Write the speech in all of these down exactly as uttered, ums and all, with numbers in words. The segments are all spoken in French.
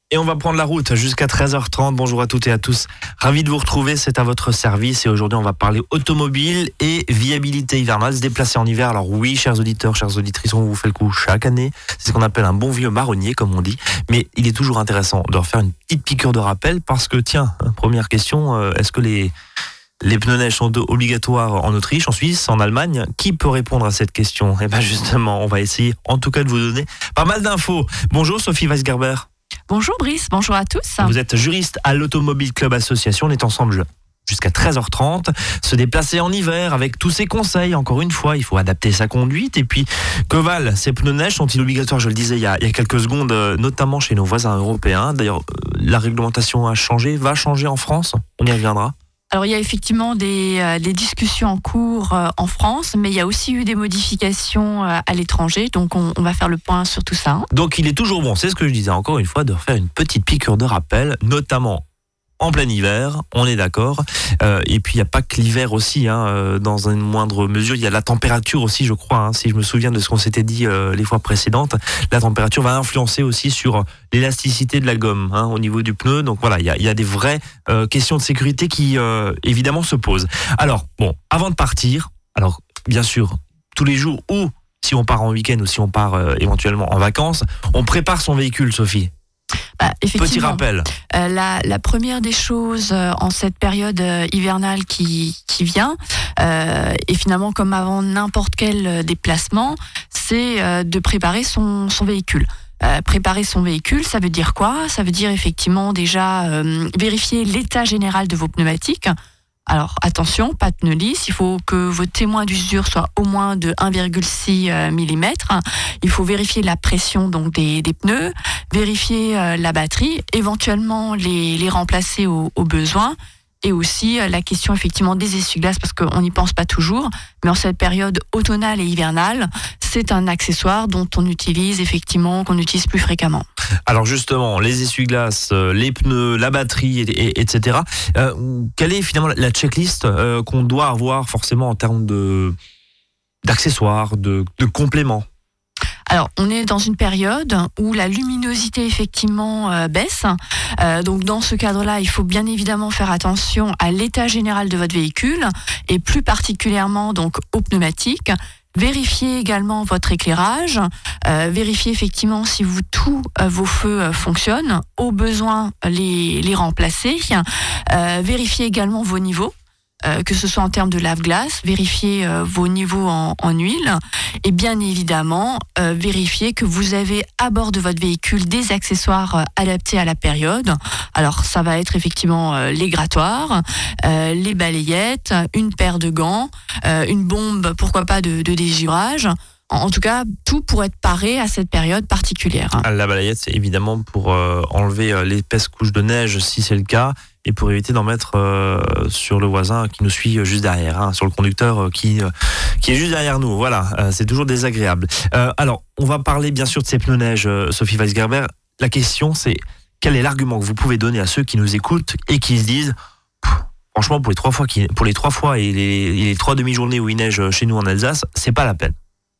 Et on va prendre la route jusqu'à treize heures trente. Bonjour à toutes et à tous. Ravi de vous retrouver, c'est à votre service. Et aujourd'hui, on va parler automobile et viabilité hivernale, se déplacer en hiver. Alors oui, chers auditeurs, chères auditrices, on vous fait le coup chaque année. C'est ce qu'on appelle un bon vieux marronnier, comme on dit. Mais il est toujours intéressant de refaire une petite piqûre de rappel parce que, tiens, première question, euh, est-ce que les... Les pneus neige sont obligatoires en Autriche, en Suisse, en Allemagne. Qui peut répondre à cette question ? Eh bien justement, on va essayer en tout cas de vous donner pas mal d'infos. Bonjour Sophie Weisgerber. Bonjour Brice, bonjour à tous. Vous êtes juriste à l'Automobile Club Association. On est ensemble jusqu'à treize heures trente. Se déplacer en hiver avec tous ces conseils. Encore une fois, il faut adapter sa conduite. Et puis, que valent ces pneus neige ? Sont-ils obligatoires ? Je le disais il y a, il y a quelques secondes, notamment chez nos voisins européens. D'ailleurs, la réglementation a changé, va changer en France. On y reviendra. Alors il y a effectivement des, euh, des discussions en cours euh, en France, mais il y a aussi eu des modifications euh, à l'étranger, donc on, on va faire le point sur tout ça. Donc il est toujours bon, c'est ce que je disais encore une fois, de faire une petite piqûre de rappel, notamment en plein hiver, on est d'accord. Euh, et puis il n'y a pas que l'hiver aussi, hein, euh, dans une moindre mesure, il y a la température aussi, je crois, hein, si je me souviens de ce qu'on s'était dit euh, les fois précédentes. La température va influencer aussi sur l'élasticité de la gomme, hein, au niveau du pneu. Donc voilà, il y a, il y a des vraies euh, questions de sécurité qui euh, évidemment se posent. Alors bon, avant de partir, alors bien sûr, tous les jours ou si on part en week-end ou si on part euh, éventuellement en vacances, on prépare son véhicule, Sophie. Bah, Petit rappel. Euh, la, la première des choses euh, en cette période euh, hivernale qui, qui vient, euh, et finalement comme avant n'importe quel déplacement, c'est euh, de préparer son, son véhicule. Euh, préparer son véhicule, ça veut dire quoi ? Ça veut dire effectivement déjà euh, vérifier l'état général de vos pneumatiques. Alors attention, pas de pneus lisses, il faut que votre témoin d'usure soit au moins de un virgule six millimètres. Il faut vérifier la pression donc des, des pneus, vérifier euh, la batterie, éventuellement les, les remplacer au, au besoin. Et aussi euh, la question effectivement des essuie-glaces, parce qu'on n'y pense pas toujours, mais en cette période automnale et hivernale, c'est un accessoire dont on utilise effectivement, qu'on utilise plus fréquemment. Alors justement, les essuie-glaces, les pneus, la batterie, et, et, etc. Euh, quelle est finalement la checklist euh, qu'on doit avoir forcément en termes de, d'accessoires, de, de compléments ? Alors, on est dans une période où la luminosité effectivement euh, baisse. Euh, donc, dans ce cadre-là, il faut bien évidemment faire attention à l'état général de votre véhicule et plus particulièrement donc aux pneumatiques. Vérifiez également votre éclairage, euh, vérifiez effectivement si vous, tous euh, vos feux euh, fonctionnent, au besoin les, les remplacer, euh, vérifiez également vos niveaux, euh, que ce soit en termes de lave-glace, vérifiez euh, vos niveaux en, en huile et bien évidemment euh, vérifiez que vous avez à bord de votre véhicule des accessoires euh, adaptés à la période. Alors ça va être effectivement euh, les grattoirs, euh, les balayettes, une paire de gants, euh, une bombe, pourquoi pas de, de dégivage. En tout cas, tout pour être paré à cette période particulière. La balayette, c'est évidemment pour euh, enlever euh, l'épaisse couche de neige, si c'est le cas, et pour éviter d'en mettre euh, sur le voisin qui nous suit juste derrière, hein, sur le conducteur euh, qui, euh, qui est juste derrière nous. Voilà, euh, c'est toujours désagréable. Euh, alors, on va parler bien sûr de ces pneus neige, euh, Sophie Weisgerber. La question, c'est quel est l'argument que vous pouvez donner à ceux qui nous écoutent et qui se disent... Franchement, pour les trois fois, qui, pour les trois fois et les, et les trois demi-journées où il neige chez nous en Alsace, c'est pas la peine.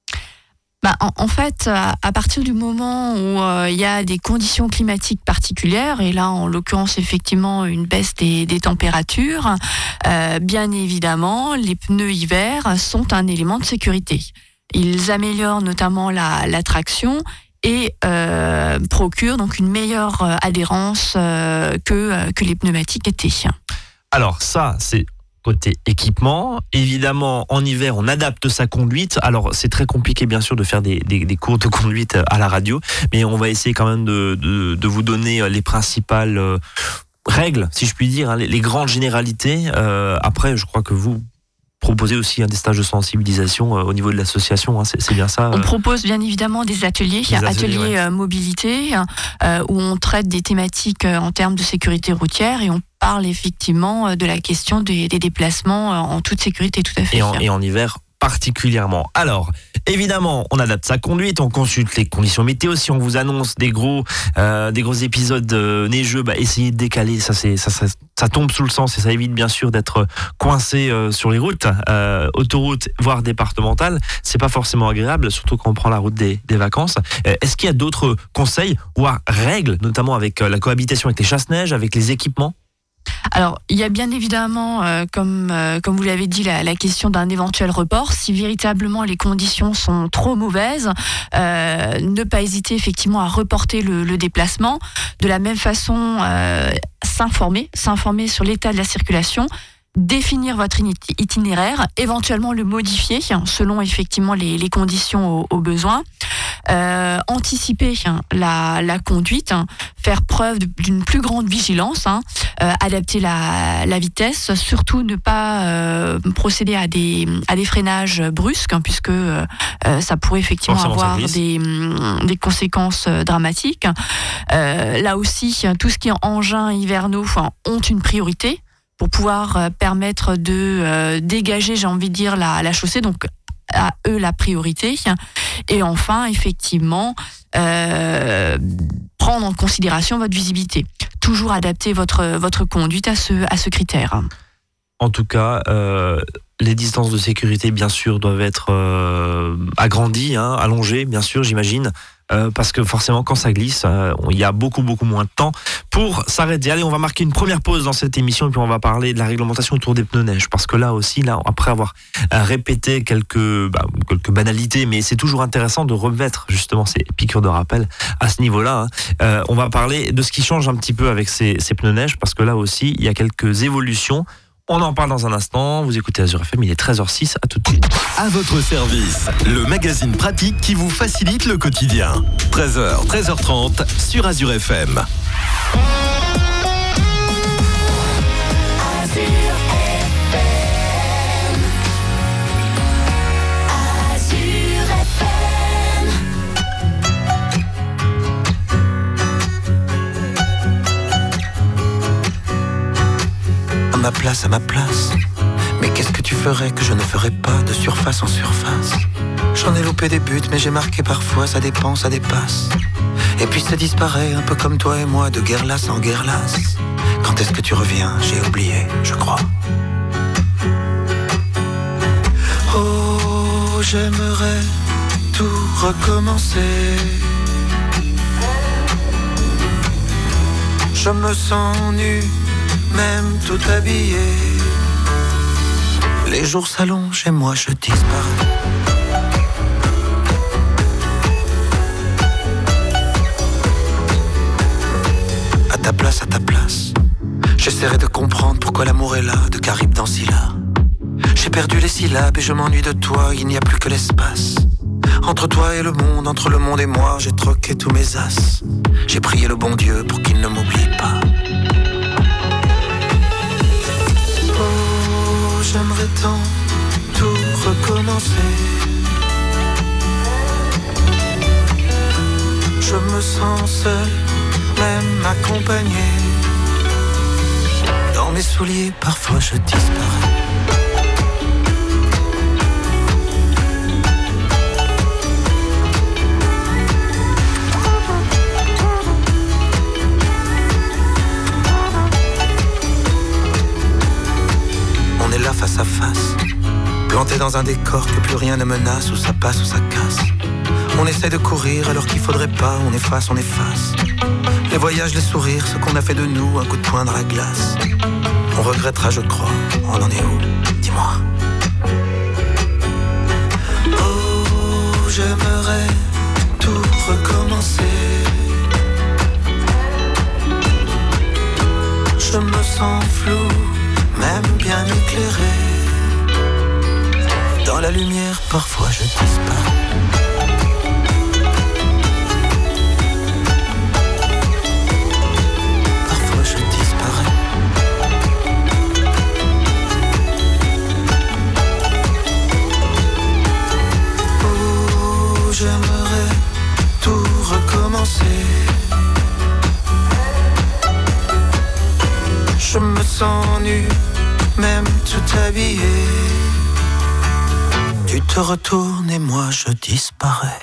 Bah, en, en fait, à, à partir du moment où euh, il y a des conditions climatiques particulières, et là, en l'occurrence, effectivement, une baisse des, des températures, euh, bien évidemment, les pneus hiver sont un élément de sécurité. Ils améliorent notamment la, la traction et euh, procurent donc une meilleure adhérence euh, que, que les pneumatiques étaient. Alors ça, c'est côté équipement. Évidemment, en hiver, on adapte sa conduite. Alors, c'est très compliqué, bien sûr, de faire des, des, des cours de conduite à la radio, mais on va essayer quand même de, de, de vous donner les principales euh, règles, si je puis dire, hein, les, les grandes généralités. Euh, après, je crois que vous proposez aussi hein, des stages de sensibilisation euh, au niveau de l'association, hein, c'est, c'est bien ça euh... On propose bien évidemment des ateliers, il y a ateliers, ateliers ouais. euh, mobilité, euh, où on traite des thématiques euh, en termes de sécurité routière et on parle effectivement euh, de la question des, des déplacements euh, en toute sécurité, tout à fait. Et en, et en hiver, particulièrement. Alors, évidemment, on adapte sa conduite, on consulte les conditions météo. Si on vous annonce des gros, euh, des gros épisodes euh, neigeux, bah, essayez de décaler. Ça, c'est, ça, ça, ça tombe sous le sens et ça évite bien sûr d'être coincé euh, sur les routes, euh, autoroutes, voire départementales. C'est pas forcément agréable, surtout quand on prend la route des, des vacances. Euh, est-ce qu'il y a d'autres conseils, voire règles, notamment avec euh, la cohabitation avec les chasse-neige, avec les équipements ? Alors, il y a bien évidemment, euh, comme, euh, comme vous l'avez dit, la, la question d'un éventuel report. Si véritablement les conditions sont trop mauvaises, euh, ne pas hésiter effectivement à reporter le, le déplacement. De la même façon, euh, s'informer, s'informer sur l'état de la circulation, définir votre itinéraire, éventuellement le modifier selon effectivement les, les conditions au, au besoin. Euh, anticiper hein, la, la conduite, hein, faire preuve d'une plus grande vigilance, hein, euh, adapter la, la vitesse, surtout ne pas euh, procéder à des, à des freinages brusques, hein, puisque euh, ça pourrait effectivement Forcément avoir des, des conséquences dramatiques. Euh, là aussi, tout ce qui est engins hivernaux enfin, ont une priorité pour pouvoir permettre de euh, dégager, j'ai envie de dire, la, la chaussée. Donc, à eux la priorité. Et enfin, effectivement, euh, prendre en considération votre visibilité. Toujours adapter votre, votre conduite à ce, à ce critère. En tout cas, euh, les distances de sécurité, bien sûr, doivent être euh, agrandies, hein, allongées, bien sûr, j'imagine. Euh, parce que forcément, quand ça glisse, euh, il y a beaucoup, beaucoup moins de temps pour s'arrêter. Allez, on va marquer une première pause dans cette émission et puis on va parler de la réglementation autour des pneus neige. Parce que là aussi, là, après avoir euh, répété quelques, bah, quelques banalités, mais c'est toujours intéressant de remettre justement ces piqûres de rappel à ce niveau-là. Hein. Euh, on va parler de ce qui change un petit peu avec ces, ces pneus neige parce que là aussi, il y a quelques évolutions. On en parle dans un instant. Vous écoutez Azure F M, il est treize heures six. À tout de suite. À votre service, le magazine pratique qui vous facilite le quotidien. treize heures, treize heures trente sur Azure F M. À ma place, à ma place. Mais qu'est-ce que tu ferais que je ne ferais pas de surface en surface? J'en ai loupé des buts, mais j'ai marqué parfois, ça dépend, ça dépasse. Et puis ça disparaît, un peu comme toi et moi, de guerre lasse en guerre lasse. Quand est-ce que tu reviens? J'ai oublié, je crois. Oh, j'aimerais tout recommencer. Je me sens nu, même tout habillé. Les jours s'allongent et moi je disparais. À ta place, à ta place, j'essaierai de comprendre pourquoi l'amour est là, de Caribe dans Scylla. J'ai perdu les syllabes et je m'ennuie de toi, il n'y a plus que l'espace. Entre toi et le monde, entre le monde et moi, j'ai troqué tous mes as. J'ai prié le bon Dieu pour qu'il ne m'oublie pas. Oh, j'aimerais tant tout recommencer. Je me sens seul, même accompagné. Dans mes souliers, parfois je disparais. On est là face à face, planté dans un décor que plus rien ne menace, où ça passe ou ça casse. On essaie de courir alors qu'il faudrait pas, on efface, on efface. Les voyages, les sourires, ce qu'on a fait de nous, un coup de poing dans la glace. On regrettera, je crois, on en est où? Dis-moi. Oh, j'aimerais tout recommencer. Je me sens flou, même bien éclairé. Dans la lumière, parfois je disparais. Parfois je disparais. Oh, j'aimerais tout recommencer. Je me sens nu, même tout habillé. Tu te retournes et moi je disparais.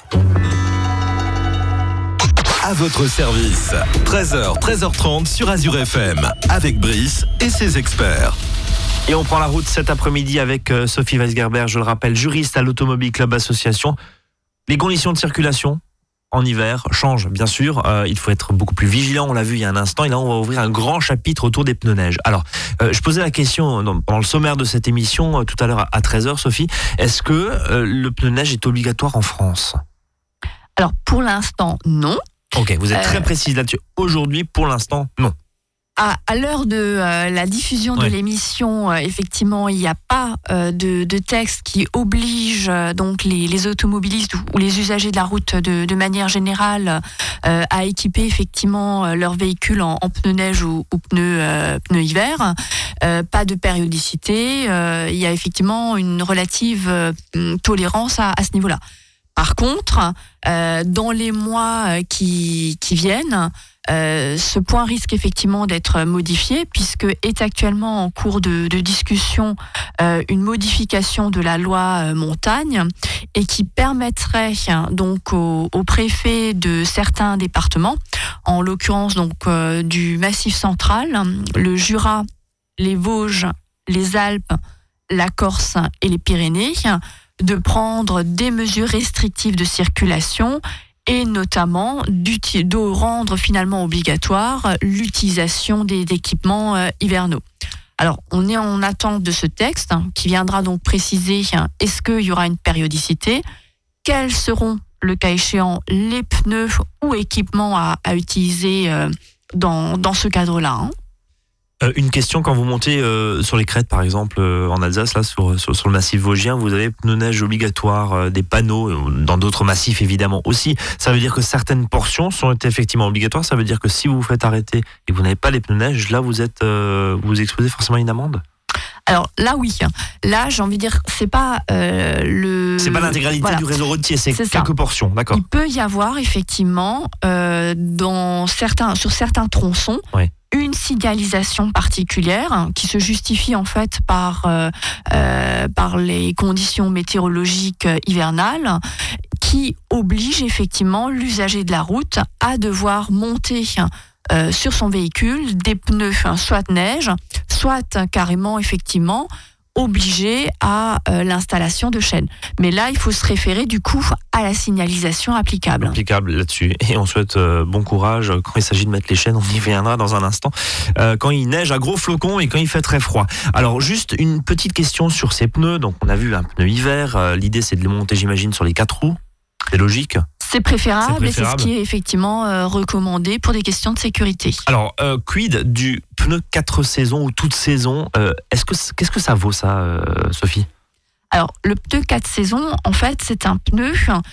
À votre service, treize heures, treize heures trente sur Azure F M, avec Brice et ses experts. Et on prend la route cet après-midi avec euh, Sophie Weisgerber, je le rappelle, juriste à l'Automobile Club Association. Les conditions de circulation en hiver changent, bien sûr. Euh, il faut être beaucoup plus vigilant, on l'a vu il y a un instant. Et là, on va ouvrir un grand chapitre autour des pneus neige. Alors, euh, je posais la question dans, pendant le sommaire de cette émission, euh, tout à l'heure à treize heures, Sophie. Est-ce que euh, le pneu neige est obligatoire en France ? Alors, pour l'instant, non. Ok, vous êtes très Euh, précise là-dessus. Aujourd'hui, pour l'instant, non. À, à l'heure de euh, la diffusion Ouais. de l'émission, euh, effectivement, il n'y a pas euh, de, de texte qui oblige euh, donc les, les automobilistes ou, ou les usagers de la route de, de manière générale euh, à équiper effectivement euh, leur véhicule en, en pneus neige ou, ou pneus, euh, pneus hiver. Euh, pas de périodicité. Euh, il y a effectivement une relative euh, tolérance à, à ce niveau-là. Par contre, euh, dans les mois qui, qui viennent, euh, ce point risque effectivement d'être modifié puisque est actuellement en cours de, de discussion euh, une modification de la loi euh, montagne et qui permettrait donc au, au préfet de certains départements, en l'occurrence donc euh, du Massif central, le Jura, les Vosges, les Alpes, la Corse et les Pyrénées, de prendre des mesures restrictives de circulation et notamment de rendre finalement obligatoire l'utilisation des équipements euh, hivernaux. Alors, on est en attente de ce texte hein, qui viendra donc préciser hein, est-ce qu'il y aura une périodicité, quels seront, le cas échéant, les pneus ou équipements à, à utiliser euh, dans, dans ce cadre-là. Hein. Euh, une question, quand vous montez euh, sur les crêtes, par exemple, euh, en Alsace, là, sur, sur, sur le massif vosgien, vous avez pneus neige obligatoires, euh, des panneaux, euh, dans d'autres massifs évidemment aussi. Ça veut dire que certaines portions sont effectivement obligatoires. Ça veut dire que si vous vous faites arrêter et que vous n'avez pas les pneus neige, là, vous êtes, euh, vous exposez forcément à une amende. Alors là, oui. Là, j'ai envie de dire, c'est pas euh, le. C'est pas l'intégralité voilà. du réseau routier, c'est, C'est quelques ça. portions, d'accord. Il peut y avoir effectivement euh, dans certains, sur certains tronçons Ouais. une signalisation particulière hein, qui se justifie en fait par, euh, euh, par les conditions météorologiques hivernales qui oblige effectivement l'usager de la route à devoir monter euh, sur son véhicule des pneus hein, soit neige, soit carrément effectivement obligé à euh, l'installation de chaînes. Mais là, il faut se référer du coup à la signalisation applicable. Applicable là-dessus. Et on souhaite euh, bon courage quand il s'agit de mettre les chaînes. On y viendra dans un instant. Euh, quand il neige à gros flocons et quand il fait très froid. Alors, juste une petite question sur ces pneus. Donc, on a vu un pneu hiver. Euh, l'idée, c'est de les monter, j'imagine, sur les quatre roues. C'est logique. C'est préférable, C'est préférable. et c'est ce qui est effectivement euh, recommandé pour des questions de sécurité. Alors, euh, quid du pneu quatre saisons ou toute saison euh, est-ce que, Qu'est-ce que ça vaut, ça, euh, Sophie ? Alors, le pneu quatre saisons, en fait, c'est un pneu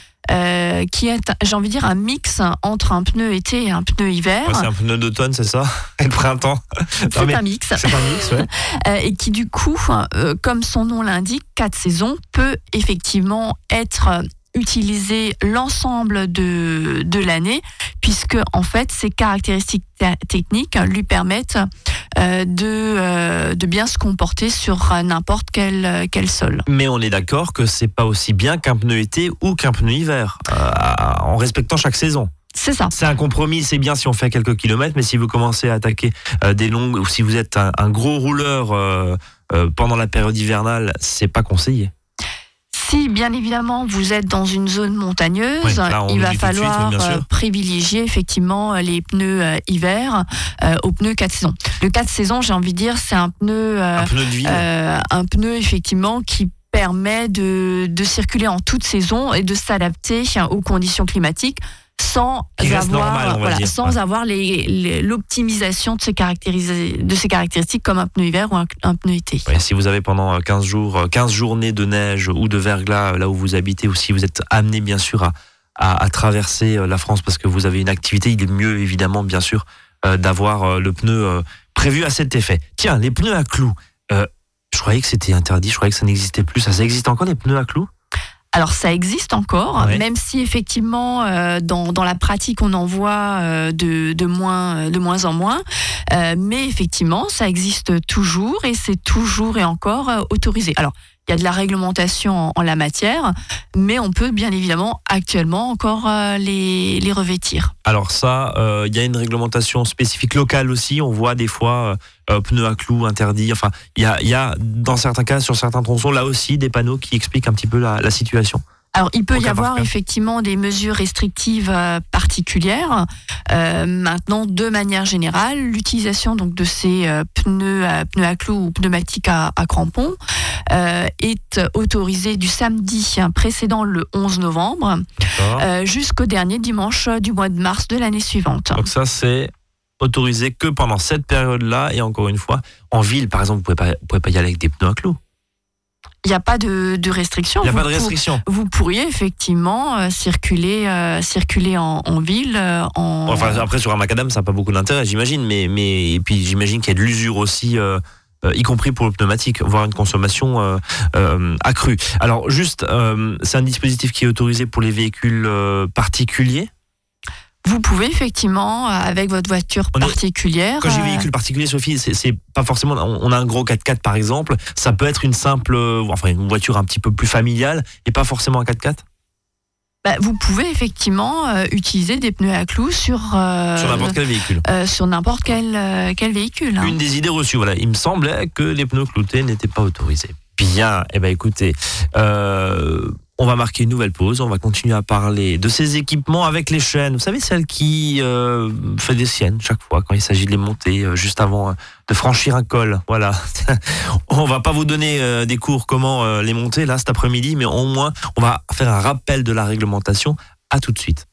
euh, qui est, j'ai envie de dire, un mix entre un pneu été et un pneu hiver. Ouais, c'est un pneu d'automne, c'est ça ? Et le printemps ? C'est Non, mais un mix. C'est un mix, ouais. Euh, et qui, du coup, euh, comme son nom l'indique, quatre saisons, peut effectivement être euh, utilisé l'ensemble de, de l'année, puisque en fait ces caractéristiques te- techniques lui permettent euh, de, euh, de bien se comporter sur n'importe quel, quel sol. Mais on est d'accord que c'est pas aussi bien qu'un pneu été ou qu'un pneu hiver, euh, en respectant chaque saison. C'est ça. C'est un compromis, c'est bien si on fait quelques kilomètres, mais si vous commencez à attaquer euh, des longues, ou si vous êtes un, un gros rouleur euh, euh, pendant la période hivernale, c'est pas conseillé. Si, bien évidemment, vous êtes dans une zone montagneuse, Ouais, là, on il nous va dit tout de suite, falloir oui, bien sûr. euh, privilégier effectivement les pneus euh, hiver euh, aux pneus quatre saisons. Le quatre saisons, j'ai envie de dire, c'est un pneu, euh, Un pneu de ville. euh, un pneu effectivement qui permet de, de circuler en toute saison et de s'adapter aux conditions climatiques sans Qui reste avoir, normal, on va voilà, dire. sans Ouais. avoir les, les- l'optimisation de ces, caractéris- de ces caractéristiques comme un pneu hiver ou un, un pneu été. Ouais, si vous avez pendant quinze jours, quinze journées de neige ou de verglas là où vous habitez, ou si vous êtes amené bien sûr à, à, à traverser la France parce que vous avez une activité, il est mieux évidemment bien sûr euh, d'avoir euh, le pneu euh, prévu à cet effet. Tiens, les pneus à clous, euh, je croyais que c'était interdit, je croyais que ça n'existait plus. Ça, ça existe encore les pneus à clous ? Alors ça existe encore, Ouais. même si effectivement euh, dans, dans la pratique on en voit euh, de, de, moins, de moins en moins, euh, mais effectivement ça existe toujours et c'est toujours et encore euh, autorisé. Alors il y a de la réglementation en, en la matière, mais on peut bien évidemment actuellement encore euh, les, les revêtir. Alors ça, il euh, y a une réglementation spécifique locale aussi. On voit des fois euh, pneus à clous interdits. Enfin, il y a, y a dans certains cas, sur certains tronçons, là aussi, des panneaux qui expliquent un petit peu la, la situation. Alors, il peut y avoir effectivement des mesures restrictives euh, particulières. Euh, maintenant, de manière générale, l'utilisation donc de ces euh, pneus, à, pneus à clous ou pneumatiques à, à crampons euh, est autorisée du samedi précédent le onze novembre euh, jusqu'au dernier dimanche du mois de mars de l'année suivante. Donc ça, c'est autorisé que pendant cette période-là. Et encore une fois, en ville, par exemple, vous ne pouvez, pouvez pas y aller avec des pneus à clous. Il n'y a pas de, de restriction. Il n'y a vous pas de restriction. Pour, vous pourriez effectivement euh, circuler, euh, circuler en, en ville. Euh, en... Enfin, après, sur un macadam, ça n'a pas beaucoup d'intérêt, j'imagine. Mais, mais, et puis, j'imagine qu'il y a de l'usure aussi, euh, euh, y compris pour le pneumatique, voire une consommation euh, euh, accrue. Alors, juste, euh, c'est un dispositif qui est autorisé pour les véhicules euh, particuliers. Vous pouvez effectivement, avec votre voiture on particulière... Est, quand j'ai véhicule particulier, Sophie, c'est, c'est pas forcément... On a un gros quatre-quatre par exemple, ça peut être une simple... Enfin, une voiture un petit peu plus familiale et pas forcément un quatre-quatre. Bah, vous pouvez effectivement euh, utiliser des pneus à clous sur... Euh, sur n'importe quel véhicule. Euh, sur n'importe quel, euh, quel véhicule. Hein. Une des idées reçues, voilà. Il me semblait que les pneus cloutés n'étaient pas autorisés. Bien, eh ben écoutez... Euh... On va marquer une nouvelle pause, on va continuer à parler de ces équipements avec les chaînes. Vous savez, celle qui euh, fait des siennes chaque fois quand il s'agit de les monter, euh, juste avant euh, de franchir un col. Voilà. On va pas vous donner euh, des cours comment euh, les monter là cet après-midi, mais au moins on va faire un rappel de la réglementation. À tout de suite.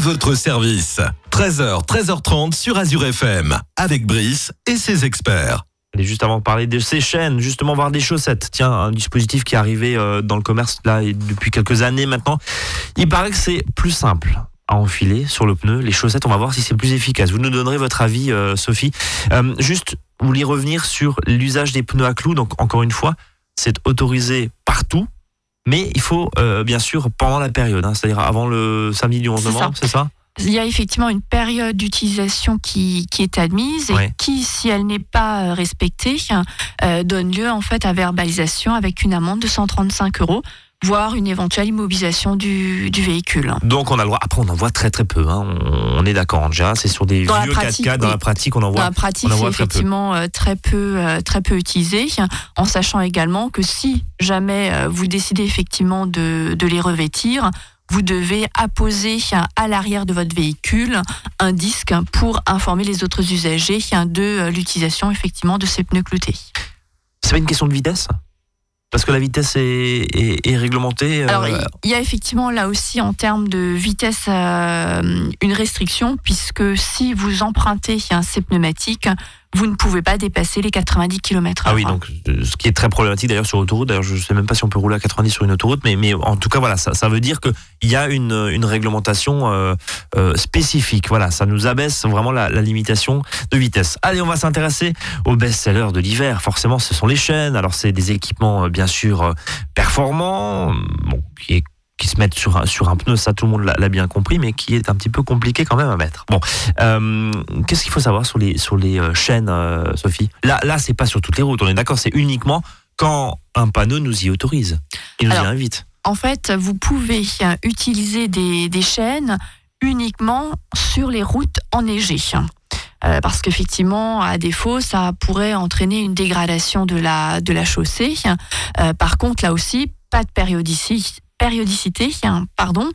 votre service. treize heures, treize heures trente sur Azure F M, avec Brice et ses experts. Et juste avant de parler de ces chaînes, justement voir des chaussettes. Tiens, un dispositif qui est arrivé euh, dans le commerce là et depuis quelques années maintenant. Il paraît que c'est plus simple à enfiler sur le pneu. Les chaussettes, on va voir si c'est plus efficace. Vous nous donnerez votre avis, euh, Sophie. Euh, juste, vous voulez revenir sur l'usage des pneus à clous. Donc encore une fois, c'est autorisé partout. Mais il faut, euh, bien sûr, pendant la période, hein, c'est-à-dire avant le samedi du onze novembre, c'est ça ? Il y a effectivement une période d'utilisation qui, qui est admise et ouais. qui, si elle n'est pas respectée, euh, donne lieu en fait à verbalisation avec une amende de cent trente-cinq euros, voire une éventuelle immobilisation du, du véhicule. Donc on a le droit. Après on en voit très très peu. Hein. On, on est d'accord. Déjà, c'est sur des dans vieux pratique, quatre quatre. Dans oui. la pratique, on en voit. Dans la pratique, on en c'est voit très effectivement peu. très peu, euh, très peu utilisé. En sachant également que si jamais euh, vous décidez effectivement de, de les revêtir, vous devez apposer à l'arrière de votre véhicule un disque pour informer les autres usagers de l'utilisation effectivement de ces pneus cloutés. C'est pas une question de vitesse ? Parce que la vitesse est, est, est réglementée. Alors, euh... il y a effectivement là aussi en termes de vitesse euh, une restriction, puisque si vous empruntez ces pneumatiques, vous ne pouvez pas dépasser les quatre-vingt-dix kilomètres heure. Ah oui, donc ce qui est très problématique d'ailleurs sur autoroute. D'ailleurs, je ne sais même pas si on peut rouler à quatre-vingt-dix sur une autoroute, mais, mais en tout cas, voilà, ça, ça veut dire qu'il y a une, une réglementation euh, euh, spécifique. Voilà, ça nous abaisse vraiment la, la limitation de vitesse. Allez, on va s'intéresser aux best-sellers de l'hiver. Forcément, ce sont les chaînes. Alors, c'est des équipements, bien sûr, performants, bon, qui est qui se mettent sur un, sur un pneu, ça tout le monde l'a, l'a bien compris, mais qui est un petit peu compliqué quand même à mettre. Bon, euh, qu'est-ce qu'il faut savoir sur les, sur les chaînes, euh, Sophie ? Là, là, c'est pas sur toutes les routes, on est d'accord, c'est uniquement quand un panneau nous y autorise, il nous Alors, y invite. En fait, vous pouvez utiliser des, des chaînes uniquement sur les routes enneigées. Euh, parce qu'effectivement, à défaut, ça pourrait entraîner une dégradation de la, de la chaussée. Euh, par contre, là aussi, pas de périodicité. périodicité, pardon,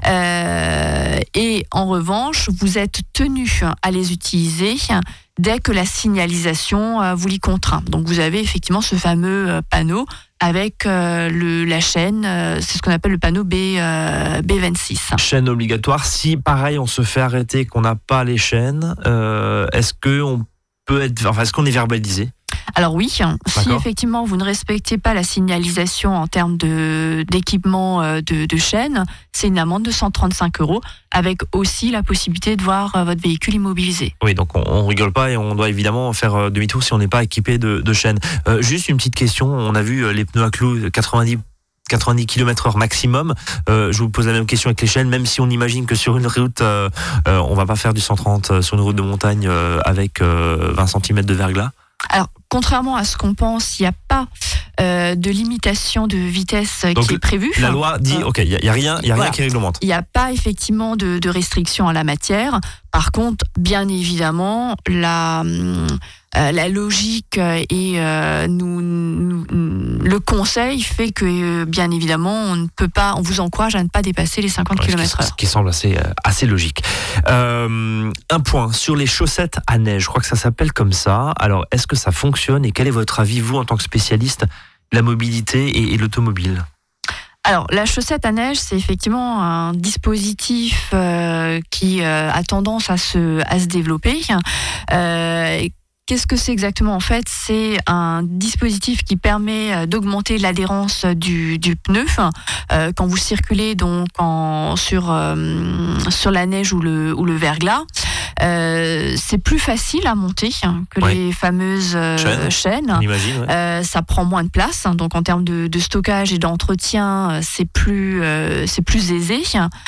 euh, et en revanche, vous êtes tenu à les utiliser dès que la signalisation vous l'y contraint. Donc vous avez effectivement ce fameux panneau avec euh, le, la chaîne, euh, c'est ce qu'on appelle le panneau B, euh, B vingt-six. Chaîne obligatoire. Si pareil, on se fait arrêter, qu'on n'a pas les chaînes, euh, est-ce que on peut être, enfin, est-ce qu'on est verbalisé ? Alors oui, si D'accord. effectivement vous ne respectez pas la signalisation en termes de, d'équipement de, de chaîne, c'est une amende de cent trente-cinq euros avec aussi la possibilité de voir votre véhicule immobilisé. Oui, donc on ne rigole pas et on doit évidemment faire demi-tour si on n'est pas équipé de, de chaîne. Euh, juste une petite question, on a vu les pneus à clous quatre-vingt-dix kilomètres heure maximum. Euh, je vous pose la même question avec les chaînes, même si on imagine que sur une route, euh, euh, on ne va pas faire du cent trente sur une route de montagne euh, avec euh, vingt centimètres de verglas. Alors, contrairement à ce qu'on pense, il n'y a pas euh, de limitation de vitesse Donc, qui est prévue. La loi dit, euh, ok, il n'y a, a rien, y a voilà. rien qui réglemente. Il n'y a pas effectivement de, de restriction en la matière. Par contre, bien évidemment, la, euh, la logique et euh, nous, nous, le conseil fait que, euh, bien évidemment, on ne peut pas, on vous encourage à ne pas dépasser les cinquante ouais, kilomètres heure. Ce qui semble assez, assez logique. Euh, un point sur les chaussettes à neige. Je crois que ça s'appelle comme ça. Alors, est-ce que ça fonctionne et quel est votre avis, vous, en tant que spécialiste, de la mobilité et, et l'automobile ? Alors, la chaussette à neige, c'est effectivement un dispositif euh, qui euh, a tendance à se, à se développer. Euh, Qu'est-ce que c'est exactement ? En fait, c'est un dispositif qui permet d'augmenter l'adhérence du, du pneu euh, quand vous circulez donc en, sur, euh, sur la neige ou le, ou le verglas. Euh, c'est plus facile à monter que oui. les fameuses euh, chaînes. chaînes. On imagine, ouais. euh, ça prend moins de place, donc en termes de, de stockage et d'entretien, c'est plus, euh, c'est plus aisé.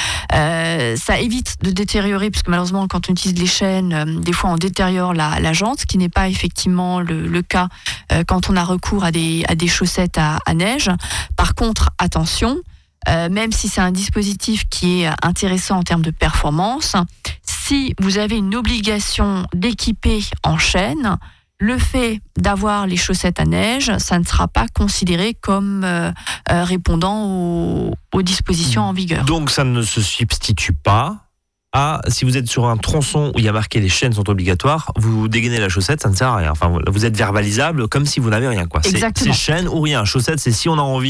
Euh, ça évite de détériorer, puisque malheureusement, quand on utilise les chaînes, euh, des fois on détériore la, la jante, ce qui n'est pas effectivement le, le cas euh, quand on a recours à des, à des chaussettes à, à neige. Par contre, attention, euh, même si c'est un dispositif qui est intéressant en termes de performance, si vous avez une obligation d'équiper en chaîne, le fait d'avoir les chaussettes à neige, ça ne sera pas considéré comme euh, euh, répondant aux, aux dispositions en vigueur. Donc ça ne se substitue pas à, si vous êtes sur un tronçon où il y a marqué les chaînes sont obligatoires, vous dégainez la chaussette, ça ne sert à rien. Enfin, vous êtes verbalisable comme si vous n'avez rien, quoi. Exactement. C'est, c'est chaîne ou rien. Chaussette, c'est si on a envie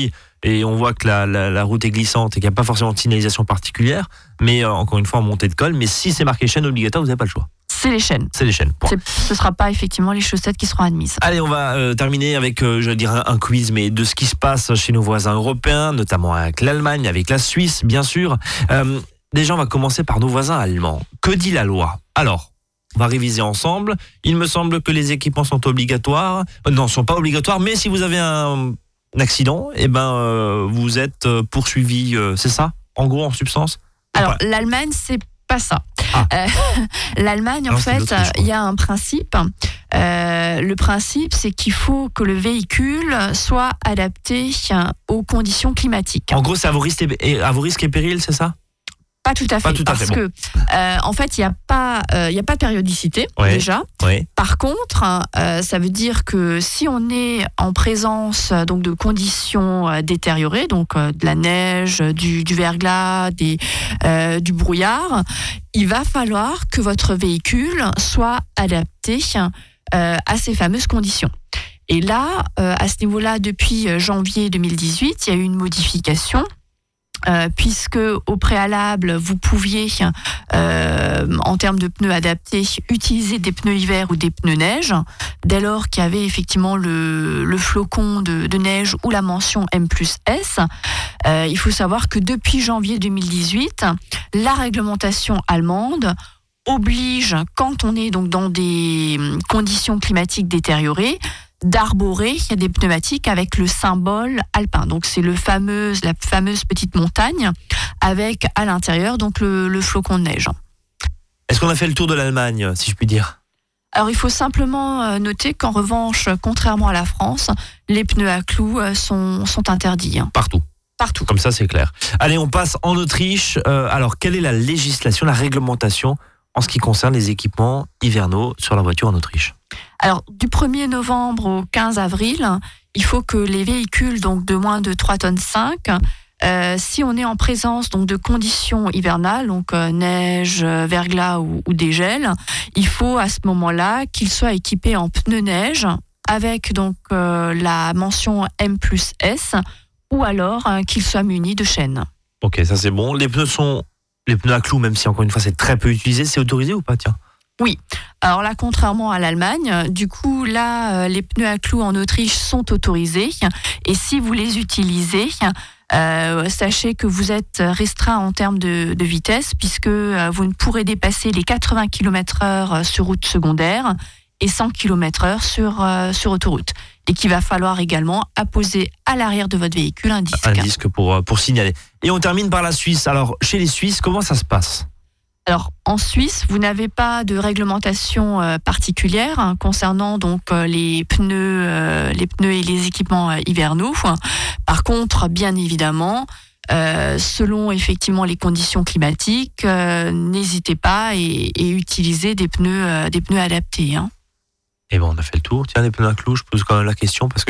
et on voit que la, la, la route est glissante et qu'il n'y a pas forcément de signalisation particulière, mais euh, encore une fois en montée de col, mais si c'est marqué chaîne obligatoire, vous n'avez pas le choix. C'est les chaînes. C'est les chaînes. C'est, ce ne sera pas effectivement les chaussettes qui seront admises. Allez, on va euh, terminer avec, euh, je vais dire, un, un quiz, mais de ce qui se passe chez nos voisins européens, notamment avec l'Allemagne, avec la Suisse, bien sûr. Euh, déjà, on va commencer par nos voisins allemands. Que dit la loi ? Alors, on va réviser ensemble. Il me semble que les équipements sont obligatoires. Euh, non, sont pas obligatoires, mais si vous avez un, un accident, eh ben, euh, vous êtes poursuivi. Euh, c'est ça, en gros, en substance ? Alors, pas... l'Allemagne, c'est pas ça. Ah. Euh, L'Allemagne, en fait, il y a un principe. Euh, le principe, c'est qu'il faut que le véhicule soit adapté aux conditions climatiques. En gros, c'est à vos risques et, à vos risques et périls, c'est ça ? Pas tout à fait, pas tout à parce fait, bon. que euh, en fait, il n'y a pas, euh, il y a pas de périodicité ouais, déjà. Ouais. Par contre, euh, ça veut dire que si on est en présence donc de conditions euh, détériorées, donc euh, de la neige, du, du verglas, des, euh, du brouillard, il va falloir que votre véhicule soit adapté euh, à ces fameuses conditions. Et là, euh, à ce niveau-là, depuis janvier deux mille dix-huit, il y a eu une modification. Euh, puisque au préalable, vous pouviez, euh, en termes de pneus adaptés, utiliser des pneus hiver ou des pneus neige, dès lors qu'il y avait effectivement le, le flocon de, de neige ou la mention M plus S. Euh, il faut savoir que depuis janvier deux mille dix-huit, la réglementation allemande oblige, quand on est donc dans des conditions climatiques détériorées, d'arborer des pneumatiques avec le symbole alpin. Donc c'est le fameux, la fameuse petite montagne avec à l'intérieur donc le, le flocon de neige. Est-ce qu'on a fait le tour de l'Allemagne, si je puis dire ? Alors il faut simplement noter qu'en revanche, contrairement à la France, les pneus à clous sont, sont interdits. Partout. Partout. Comme ça, c'est clair. Allez, on passe en Autriche. Euh, alors, quelle est la législation, la réglementation en ce qui concerne les équipements hivernaux sur la voiture en Autriche ? Alors, du premier novembre au quinze avril, il faut que les véhicules donc, de moins de trois tonnes cinq, euh, si on est en présence donc, de conditions hivernales, donc euh, neige, verglas ou, ou dégel, il faut à ce moment-là qu'ils soient équipés en pneus neige avec donc, euh, la mention M plus S ou alors euh, qu'ils soient munis de chaînes. Ok, ça c'est bon. Les pneus sont... Les pneus à clous, même si encore une fois c'est très peu utilisé, c'est autorisé ou pas, tiens ? Oui. Alors là, contrairement à l'Allemagne, du coup, là, les pneus à clous en Autriche sont autorisés. Et si vous les utilisez, euh, sachez que vous êtes restreint en termes de, de vitesse, puisque vous ne pourrez dépasser les quatre-vingts kilomètres heure sur route secondaire et cent kilomètres heure sur, euh, sur autoroute. Et qu'il va falloir également apposer à l'arrière de votre véhicule un disque. Un disque pour, pour signaler. Et on termine par la Suisse. Alors, chez les Suisses, comment ça se passe ? Alors, en Suisse, vous n'avez pas de réglementation euh, particulière hein, concernant donc euh, les pneus, euh, les pneus et les équipements euh, hivernaux. Par contre, bien évidemment, euh, selon effectivement les conditions climatiques, euh, n'hésitez pas et, et utilisez des pneus, euh, des pneus adaptés. Hein. Eh ben, on a fait le tour. Tiens, les pneus à clous, je pose quand même la question parce que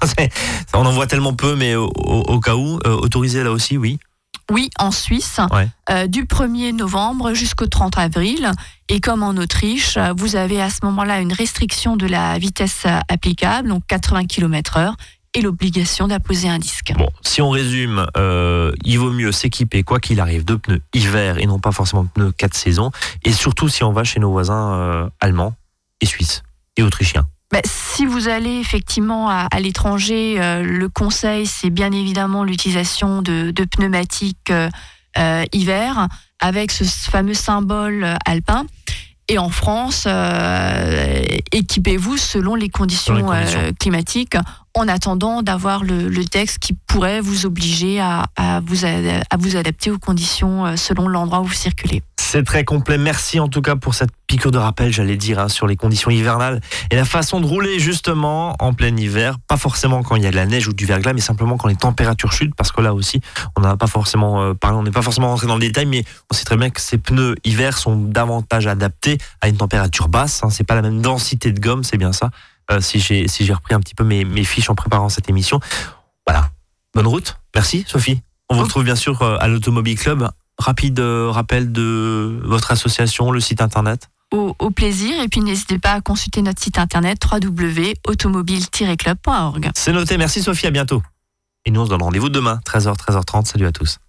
on en voit tellement peu, mais au, au, au cas où, euh, autorisé là aussi, oui. Oui, en Suisse, ouais. euh, du premier novembre jusqu'au trente avril. Et comme en Autriche, vous avez à ce moment-là une restriction de la vitesse applicable, donc quatre-vingts kilomètres heure, et l'obligation d'apposer un disque. Bon, si on résume, euh, il vaut mieux s'équiper, quoi qu'il arrive, de pneus hiver et non pas forcément de pneus quatre saisons. Et surtout si on va chez nos voisins euh, allemands et suisses et autrichiens. Bah, si vous allez effectivement à, à l'étranger, euh, le conseil, c'est bien évidemment l'utilisation de, de pneumatiques euh, euh, hiver avec ce fameux symbole alpin. Et en France, euh, équipez-vous selon les conditions, les conditions. Euh, climatiques en attendant d'avoir le, le texte qui pourrait vous obliger à, à, vous, à vous adapter aux conditions selon l'endroit où vous circulez. C'est très complet. Merci en tout cas pour cette piqûre de rappel, j'allais dire, hein, sur les conditions hivernales et la façon de rouler justement en plein hiver. Pas forcément quand il y a de la neige ou du verglas, mais simplement quand les températures chutent, parce que là aussi, on n'a pas forcément euh, parlé, on n'est pas forcément rentré dans le détail, mais on sait très bien que ces pneus hiver sont davantage adaptés à une température basse. Hein, c'est pas la même densité de gomme, c'est bien ça. Euh, si j'ai si j'ai repris un petit peu mes, mes fiches en préparant cette émission. Voilà. Bonne route. Merci Sophie. On vous retrouve bien sûr à l'Automobile Club. Rapide euh, rappel de votre association, le site internet. Au, au plaisir, et puis n'hésitez pas à consulter notre site internet w w w point automobile tiret club point org. C'est noté, merci Sophie, à bientôt. Et nous, on se donne rendez-vous demain, treize heures, treize heures trente. Salut à tous.